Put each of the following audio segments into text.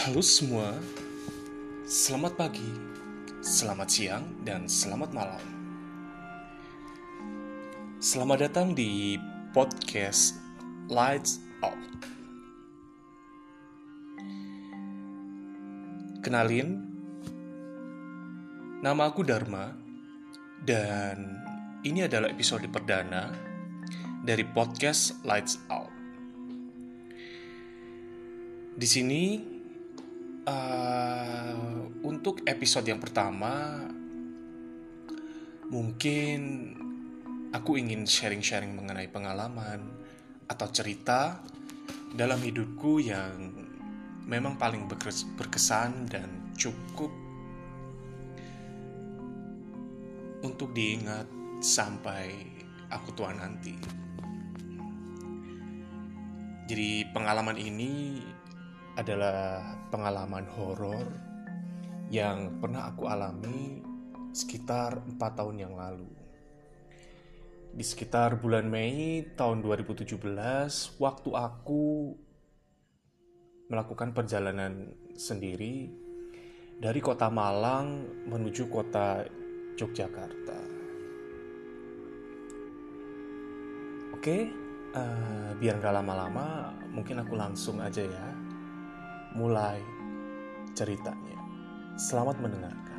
Halo semua, selamat pagi, selamat siang, dan selamat malam. Selamat datang di podcast Lights Out. Kenalin, nama aku Dharma, dan ini adalah episode perdana dari podcast Lights Out. Di sini, untuk episode yang pertama, mungkin aku ingin sharing-sharing mengenai pengalaman atau cerita dalam hidupku yang memang paling berkesan dan cukup untuk diingat sampai aku tua nanti. Jadi pengalaman ini adalah pengalaman horor yang pernah aku alami sekitar 4 tahun yang lalu. Di sekitar bulan Mei tahun 2017, waktu aku melakukan perjalanan sendiri dari kota Malang menuju kota Yogyakarta. Oke, biar gak lama-lama, mungkin aku langsung aja ya mulai ceritanya. Selamat mendengarkan.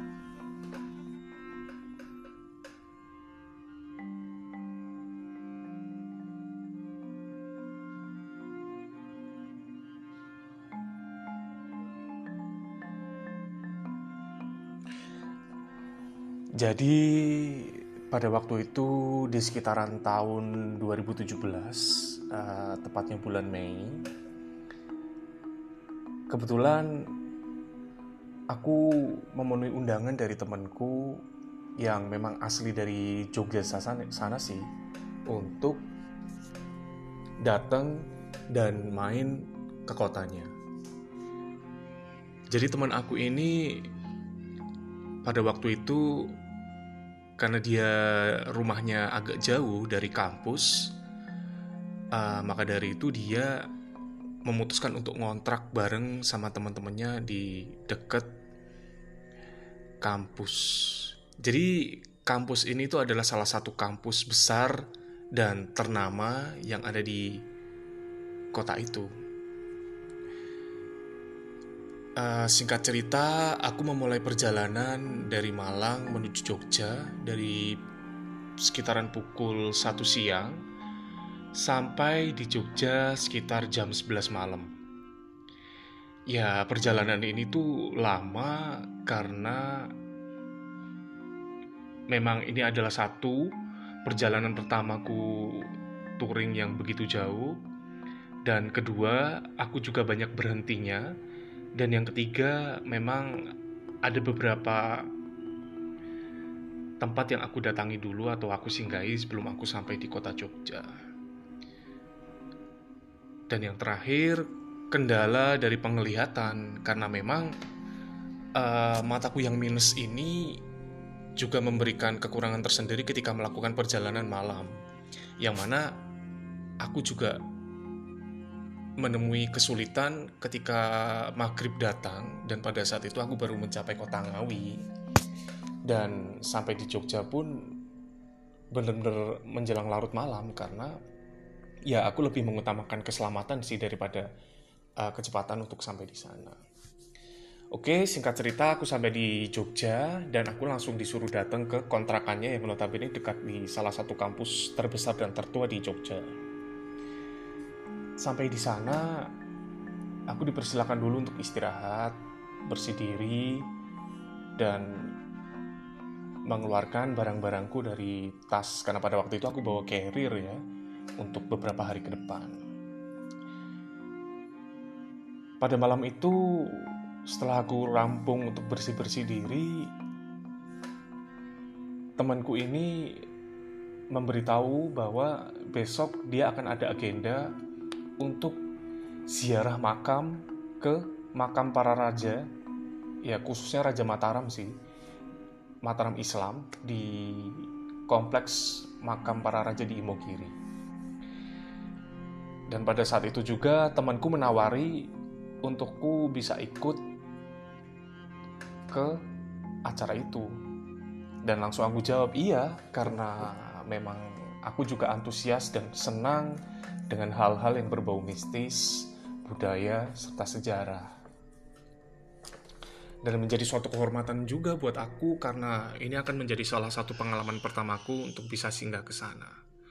Jadi pada waktu itu di sekitaran tahun 2017, tepatnya bulan Mei, kebetulan aku memenuhi undangan dari temanku yang memang asli dari Jogja sana sih, untuk datang dan main ke kotanya. Jadi teman aku ini pada waktu itu, karena dia rumahnya agak jauh dari kampus, maka dari itu dia memutuskan untuk ngontrak bareng sama teman-temannya di dekat kampus. Jadi kampus ini tuh adalah salah satu kampus besar dan ternama yang ada di kota itu. Singkat cerita, aku memulai perjalanan dari Malang menuju Jogja dari sekitaran pukul 1 siang sampai di Jogja sekitar jam 11 malam. Ya, perjalanan ini tuh lama karena memang ini adalah satu perjalanan pertamaku touring yang begitu jauh, dan kedua, aku juga banyak berhentinya, dan yang ketiga, memang ada beberapa tempat yang aku datangi dulu atau aku singgahi sebelum aku sampai di kota Jogja. Dan yang terakhir, kendala dari penglihatan, karena memang mataku yang minus ini juga memberikan kekurangan tersendiri ketika melakukan perjalanan malam, yang mana aku juga menemui kesulitan ketika maghrib datang, dan pada saat itu aku baru mencapai kota Ngawi, dan sampai di Jogja pun benar-benar menjelang larut malam, karena ya aku lebih mengutamakan keselamatan sih daripada kecepatan untuk sampai di sana. Oke, singkat cerita aku sampai di Jogja dan aku langsung disuruh datang ke kontrakannya yang notabene dekat di salah satu kampus terbesar dan tertua di Jogja. Sampai di sana aku dipersilakan dulu untuk istirahat, bersih diri, dan mengeluarkan barang-barangku dari tas, karena pada waktu itu aku bawa carrier ya, untuk beberapa hari ke depan. Pada malam itu, setelah aku rampung untuk bersih-bersih diri, temanku ini memberitahu bahwa besok dia akan ada agenda untuk ziarah makam ke makam para raja, ya khususnya Raja Mataram sih, Mataram Islam, di kompleks makam para raja di Imogiri. Dan pada saat itu juga temanku menawari untukku bisa ikut ke acara itu. Dan langsung aku jawab iya, karena memang aku juga antusias dan senang dengan hal-hal yang berbau mistis, budaya, serta sejarah. Dan menjadi suatu kehormatan juga buat aku karena ini akan menjadi salah satu pengalaman pertamaku untuk bisa singgah ke sana.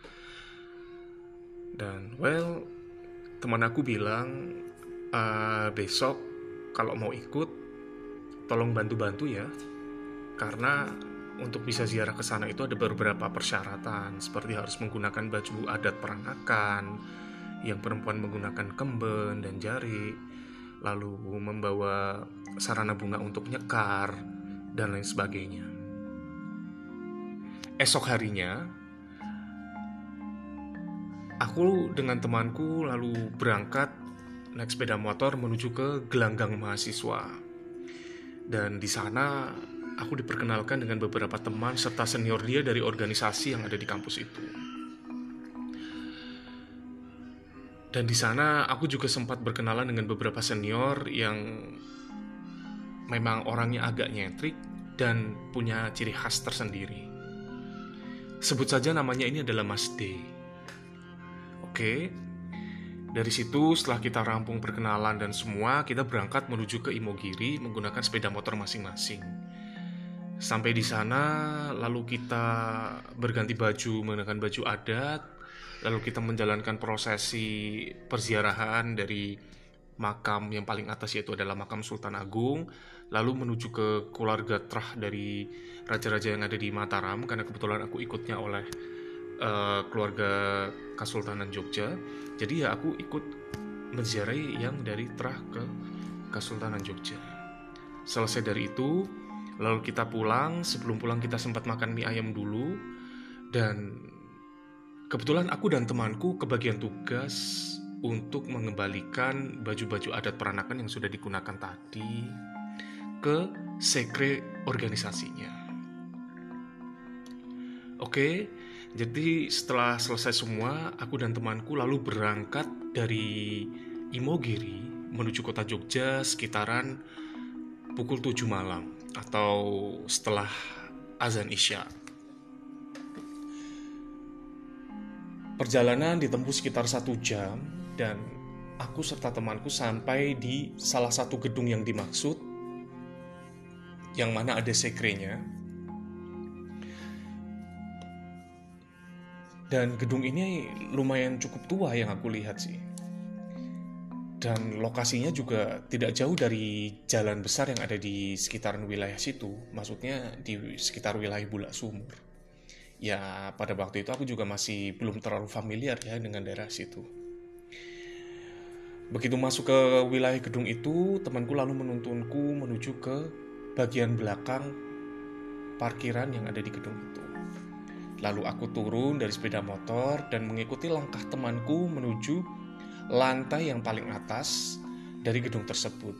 Dan teman aku bilang, besok kalau mau ikut tolong bantu-bantu ya, karena untuk bisa ziarah ke sana itu ada beberapa persyaratan, seperti harus menggunakan baju adat peranakan, yang perempuan menggunakan kemben dan jari, lalu membawa sarana bunga untuk nyekar, dan lain sebagainya. Esok harinya, aku dengan temanku lalu berangkat naik sepeda motor menuju ke gelanggang mahasiswa. Dan di sana aku diperkenalkan dengan beberapa teman serta senior dia dari organisasi yang ada di kampus itu. Dan di sana aku juga sempat berkenalan dengan beberapa senior yang memang orangnya agak nyentrik dan punya ciri khas tersendiri. Sebut saja namanya ini adalah Mas D. Oke. Dari situ setelah kita rampung perkenalan dan semua, kita berangkat menuju ke Imogiri menggunakan sepeda motor masing-masing. Sampai di sana lalu kita berganti baju menggunakan baju adat, lalu kita menjalankan prosesi perziarahan dari makam yang paling atas, yaitu adalah makam Sultan Agung, lalu menuju ke keluarga terah dari raja-raja yang ada di Mataram, karena kebetulan aku ikutnya oleh keluarga Kesultanan Jogja. Jadi ya aku ikut menziarahi yang dari terah ke Kesultanan Jogja. Selesai dari itu, lalu kita pulang. Sebelum pulang kita sempat makan mie ayam dulu. Dan kebetulan aku dan temanku kebagian tugas untuk mengembalikan baju-baju adat peranakan yang sudah digunakan tadi ke sekre organisasinya. Oke, jadi setelah selesai semua, aku dan temanku lalu berangkat dari Imogiri menuju kota Jogja sekitaran pukul 7 malam atau setelah azan Isya. Perjalanan ditempuh sekitar 1 jam dan aku serta temanku sampai di salah satu gedung yang dimaksud, yang mana ada sekrenya. Dan gedung ini lumayan cukup tua yang aku lihat sih. Dan lokasinya juga tidak jauh dari jalan besar yang ada di sekitaran wilayah situ. Maksudnya di sekitar wilayah Bulak Sumur. Ya pada waktu itu aku juga masih belum terlalu familiar ya dengan daerah situ. Begitu masuk ke wilayah gedung itu, temanku lalu menuntunku menuju ke bagian belakang parkiran yang ada di gedung itu. Lalu aku turun dari sepeda motor dan mengikuti langkah temanku menuju lantai yang paling atas dari gedung tersebut.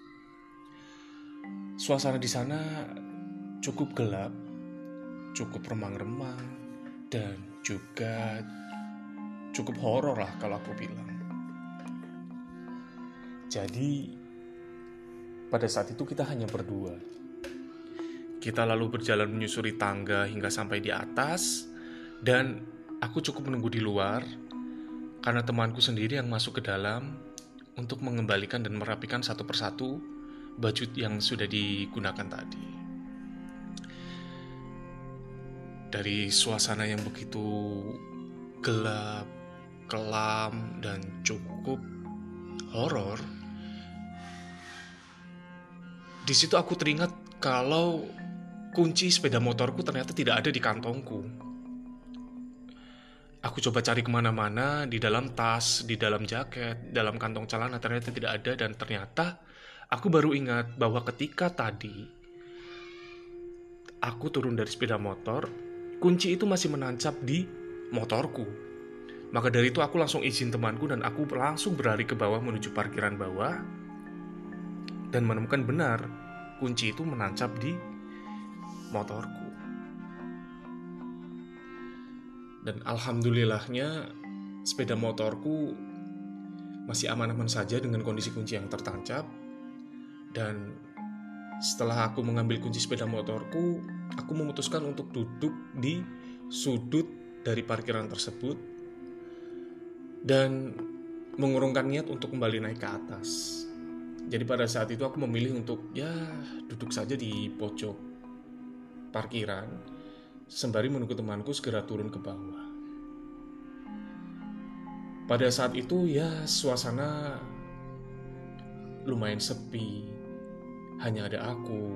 Suasana di sana cukup gelap, cukup remang-remang, dan juga cukup horor lah kalau aku bilang. Jadi pada saat itu kita hanya berdua. Kita lalu berjalan menyusuri tangga hingga sampai di atas, dan aku cukup menunggu di luar karena temanku sendiri yang masuk ke dalam untuk mengembalikan dan merapikan satu persatu baju yang sudah digunakan tadi. Dari suasana yang begitu gelap, kelam, dan cukup horor, di situ aku teringat kalau kunci sepeda motorku ternyata tidak ada di kantongku. Aku coba cari kemana-mana, di dalam tas, di dalam jaket, dalam kantong celana, ternyata tidak ada. Dan ternyata aku baru ingat bahwa ketika tadi aku turun dari sepeda motor, kunci itu masih menancap di motorku. Maka dari itu aku langsung izin temanku dan aku langsung berlari ke bawah menuju parkiran bawah dan menemukan benar kunci itu menancap di motorku. Dan alhamdulillahnya sepeda motorku masih aman-aman saja dengan kondisi kunci yang tertancap. Dan setelah aku mengambil kunci sepeda motorku, aku memutuskan untuk duduk di sudut dari parkiran tersebut dan mengurungkan niat untuk kembali naik ke atas. Jadi pada saat itu aku memilih untuk duduk saja di pojok parkiran sembari menunggu temanku segera turun ke bawah. Pada saat itu suasana lumayan sepi. Hanya ada aku.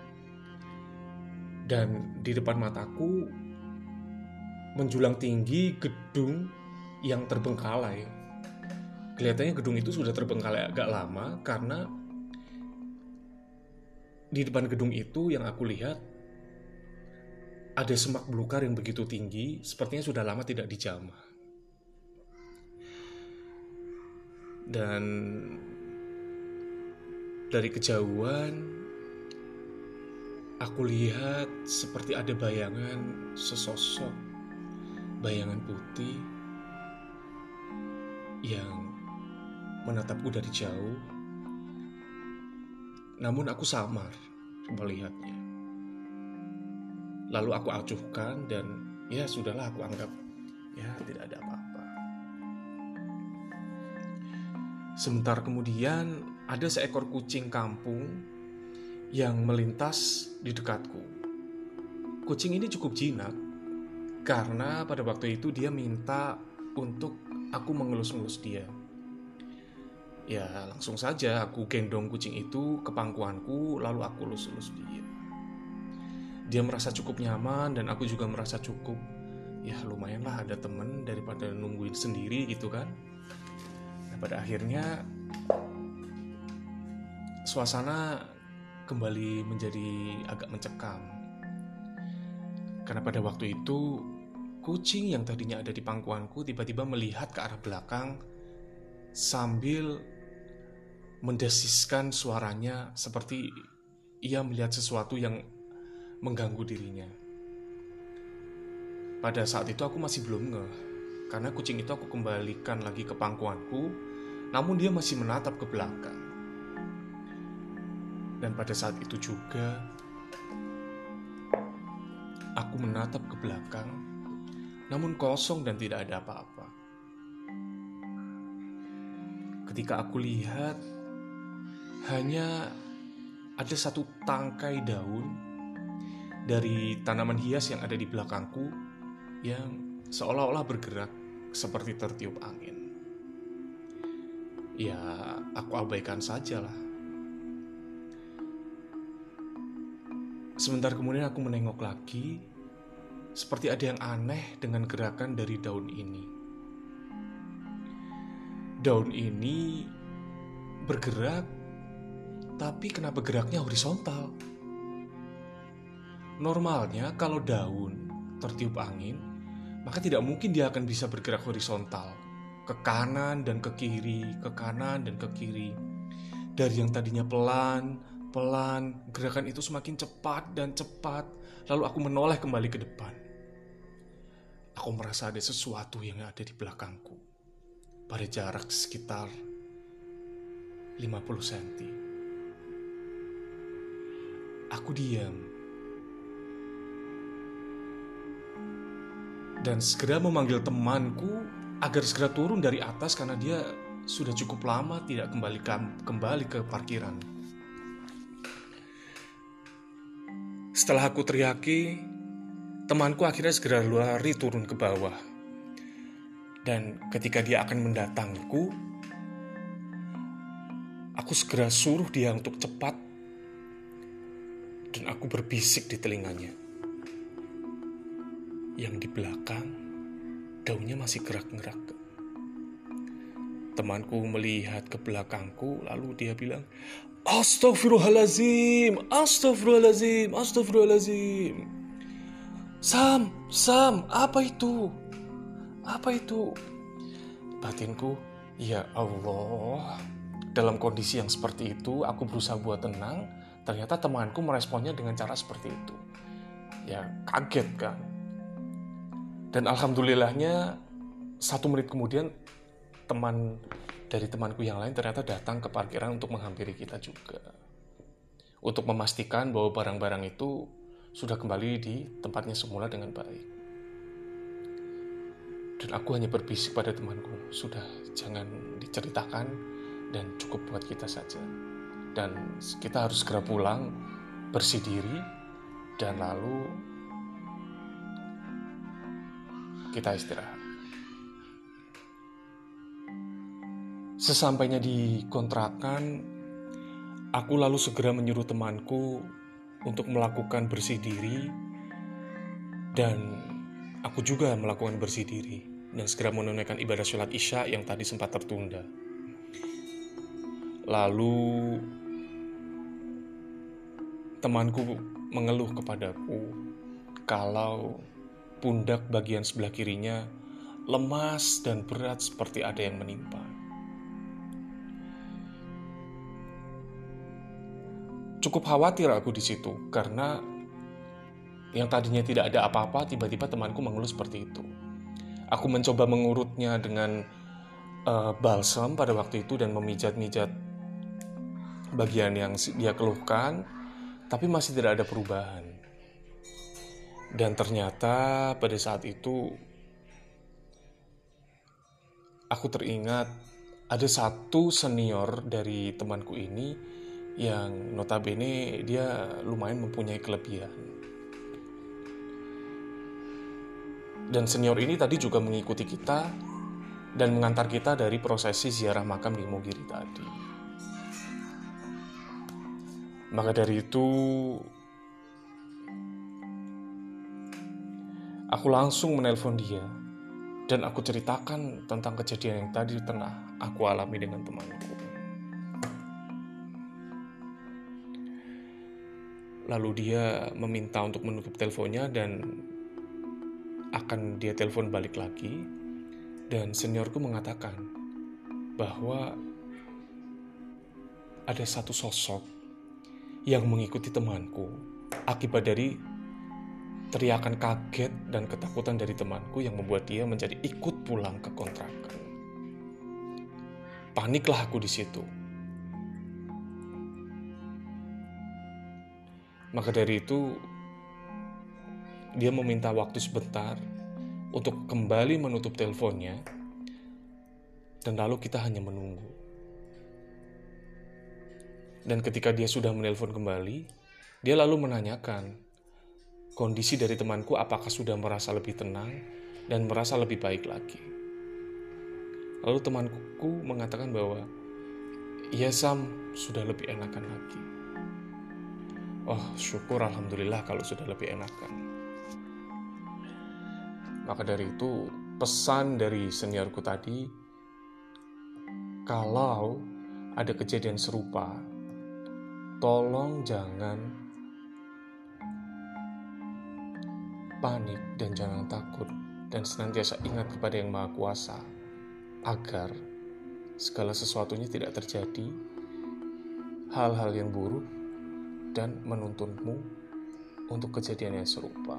Dan di depan mataku menjulang tinggi gedung yang terbengkalai. Kelihatannya gedung itu sudah terbengkalai agak lama karena di depan gedung itu yang aku lihat ada semak belukar yang begitu tinggi, sepertinya sudah lama tidak dijamah. Dan dari kejauhan aku lihat seperti ada bayangan sesosok, bayangan putih yang menatapku dari jauh. Namun aku samar melihatnya. Lalu aku acuhkan dan sudahlah, aku anggap tidak ada apa-apa. Sebentar kemudian ada seekor kucing kampung yang melintas di dekatku. Kucing ini cukup jinak karena pada waktu itu dia minta untuk aku mengelus-elus dia. Langsung saja aku gendong kucing itu ke pangkuanku, lalu aku elus-elus dia. Dia merasa cukup nyaman dan aku juga merasa cukup, lumayanlah ada temen daripada nungguin sendiri gitu kan. Nah, pada akhirnya suasana kembali menjadi agak mencekam. Karena pada waktu itu kucing yang tadinya ada di pangkuanku tiba-tiba melihat ke arah belakang sambil mendesiskan suaranya seperti ia melihat sesuatu yang mengganggu dirinya. Pada saat itu aku masih belum ngeh, karena kucing itu aku kembalikan lagi ke pangkuanku, namun dia masih menatap ke belakang. Dan pada saat itu juga aku menatap ke belakang, namun kosong dan tidak ada apa-apa. Ketika aku lihat, hanya ada satu tangkai daun dari tanaman hias yang ada di belakangku yang seolah-olah bergerak seperti tertiup angin. Aku abaikan sajalah. Sebentar kemudian aku menengok lagi, seperti ada yang aneh dengan gerakan dari daun ini. Daun ini bergerak, tapi kenapa geraknya horizontal? Normalnya kalau daun tertiup angin, maka tidak mungkin dia akan bisa bergerak horizontal, ke kanan dan ke kiri, ke kanan dan ke kiri. Dari yang tadinya pelan, gerakan itu semakin cepat dan cepat, lalu aku menoleh kembali ke depan. Aku merasa ada sesuatu yang ada di belakangku, pada jarak sekitar 50 cm. Aku diam dan segera memanggil temanku agar segera turun dari atas karena dia sudah cukup lama tidak kembali ke parkiran. Setelah aku teriaki, temanku akhirnya segera lari turun ke bawah. Dan ketika dia akan mendatangiku, aku segera suruh dia untuk cepat. Dan aku berbisik di telinganya. Yang di belakang, daunnya masih gerak-gerak. Temanku melihat ke belakangku, lalu dia bilang, Astagfirullahaladzim. Sam, apa itu? Batinku, ya Allah. Dalam kondisi yang seperti itu, aku berusaha buat tenang. Ternyata temanku meresponnya dengan cara seperti itu. Kaget kan. Dan alhamdulillahnya 1 menit kemudian teman dari temanku yang lain ternyata datang ke parkiran untuk menghampiri kita juga, untuk memastikan bahwa barang-barang itu sudah kembali di tempatnya semula dengan baik. Dan aku hanya berbisik pada temanku, sudah, jangan diceritakan dan cukup buat kita saja. Dan kita harus segera pulang, bersih diri, dan lalu kita istirahat. Sesampainya di kontrakan, aku lalu segera menyuruh temanku untuk melakukan bersih diri, dan aku juga melakukan bersih diri dan segera menunaikan ibadah sholat isya yang tadi sempat tertunda. Lalu temanku mengeluh kepadaku kalau pundak bagian sebelah kirinya lemas dan berat seperti ada yang menimpa. Cukup khawatir aku di situ karena yang tadinya tidak ada apa-apa, tiba-tiba temanku mengeluh seperti itu. Aku mencoba mengurutnya dengan balsam pada waktu itu dan memijat-mijat bagian yang dia keluhkan, tapi masih tidak ada perubahan. Dan ternyata pada saat itu aku teringat ada satu senior dari temanku ini yang notabene dia lumayan mempunyai kelebihan. Dan senior ini tadi juga mengikuti kita dan mengantar kita dari prosesi ziarah makam di Imogiri tadi. Maka dari itu aku langsung menelpon dia dan aku ceritakan tentang kejadian yang tadi tengah aku alami dengan temanku. Lalu dia meminta untuk menutup teleponnya dan akan dia telepon balik lagi. Dan seniorku mengatakan bahwa ada satu sosok yang mengikuti temanku akibat dari teriakan kaget dan ketakutan dari temanku yang membuat dia menjadi ikut pulang ke kontrakan. Paniklah aku di situ. Maka dari itu dia meminta waktu sebentar untuk kembali menutup teleponnya, dan lalu kita hanya menunggu. Dan ketika dia sudah menelpon kembali, dia lalu menanyakan kondisi dari temanku apakah sudah merasa lebih tenang dan merasa lebih baik lagi. Lalu temanku mengatakan bahwa iya Sam, sudah lebih enakan lagi. Oh syukur, alhamdulillah kalau sudah lebih enakan. Maka dari itu pesan dari seniorku tadi, kalau ada kejadian serupa, tolong jangan panik dan jangan takut, dan senantiasa ingat kepada Yang Maha Kuasa agar segala sesuatunya tidak terjadi hal-hal yang buruk dan menuntunmu untuk kejadian yang serupa.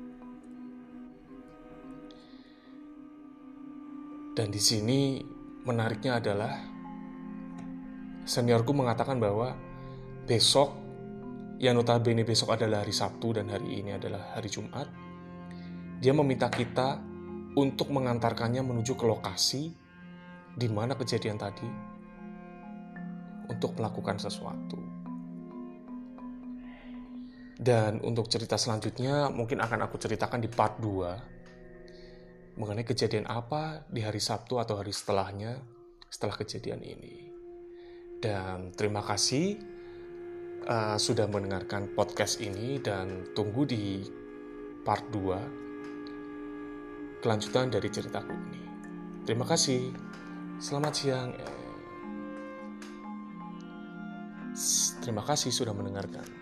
Dan di sini menariknya adalah seniorku mengatakan bahwa besok, yang notabene besok adalah hari Sabtu dan hari ini adalah hari Jumat, dia meminta kita untuk mengantarkannya menuju ke lokasi di mana kejadian tadi untuk melakukan sesuatu. Dan untuk cerita selanjutnya mungkin akan aku ceritakan di part 2 mengenai kejadian apa di hari Sabtu atau hari setelahnya setelah kejadian ini. Dan terima kasih sudah mendengarkan podcast ini, dan tunggu di part 2 kelanjutan dari ceritaku ini. Terima kasih. Selamat siang. Terima kasih sudah mendengarkan.